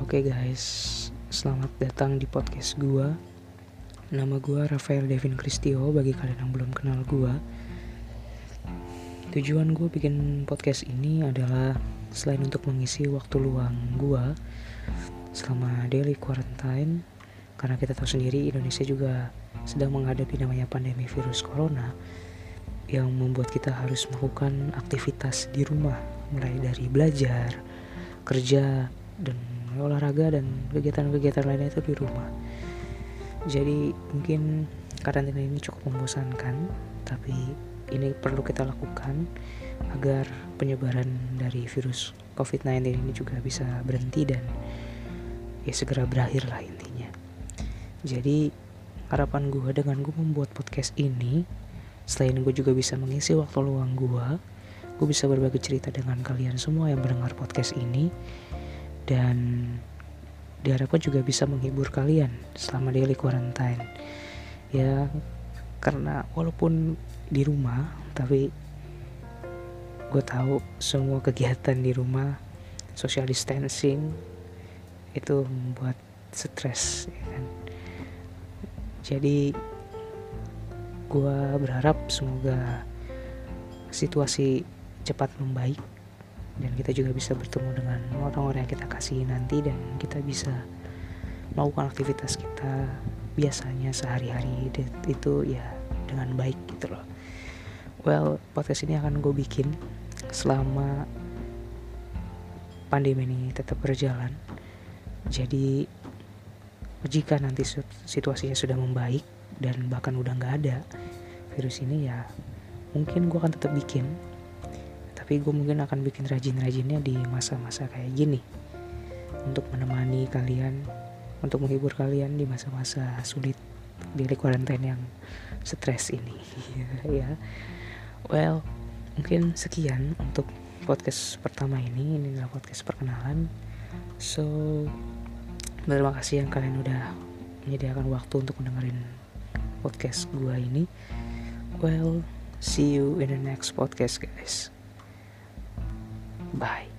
Oke guys, selamat datang di podcast gua. Nama gua Rafael Devin Kristio. Bagi kalian yang belum kenal gua, tujuan gua bikin podcast ini adalah selain untuk mengisi waktu luang gua selama daily quarantine, karena kita tahu sendiri Indonesia juga sedang menghadapi namanya pandemi virus corona yang membuat kita harus melakukan aktivitas di rumah, mulai dari belajar, kerja, dan olahraga dan kegiatan-kegiatan lainnya itu di rumah. Jadi mungkin karantina ini cukup membosankan, tapi ini perlu kita lakukan agar penyebaran dari virus COVID-19 ini juga bisa berhenti dan ya segera berakhir lah intinya. Jadi harapan gue dengan gue membuat podcast ini, selain gue juga bisa mengisi waktu luang gue bisa berbagi cerita dengan kalian semua yang mendengar podcast ini, dan diharapkan juga bisa menghibur kalian selama daily quarantine. Ya, karena walaupun di rumah, tapi gue tahu semua kegiatan di rumah, social distancing itu membuat stres, ya kan? Jadi gue berharap semoga situasi cepat membaik dan kita juga bisa bertemu dengan orang-orang yang kita kasihi nanti, dan kita bisa melakukan aktivitas kita biasanya sehari-hari itu ya dengan baik gitu loh. Well, podcast ini akan gue bikin selama pandemi ini tetap berjalan. Jadi jika nanti situasinya sudah membaik dan bahkan udah gak ada virus ini, ya mungkin gue akan tetap bikin, tapi gue mungkin akan bikin rajin-rajinnya di masa-masa kayak gini untuk menemani kalian, untuk menghibur kalian di masa-masa sulit di quarantine yang stres ini. Ya, well, mungkin sekian untuk podcast pertama ini. Ini adalah podcast perkenalan. So, terima kasih yang kalian udah menyediakan waktu untuk mendengarin podcast gue ini. Well, see you in the next podcast, guys. Bye.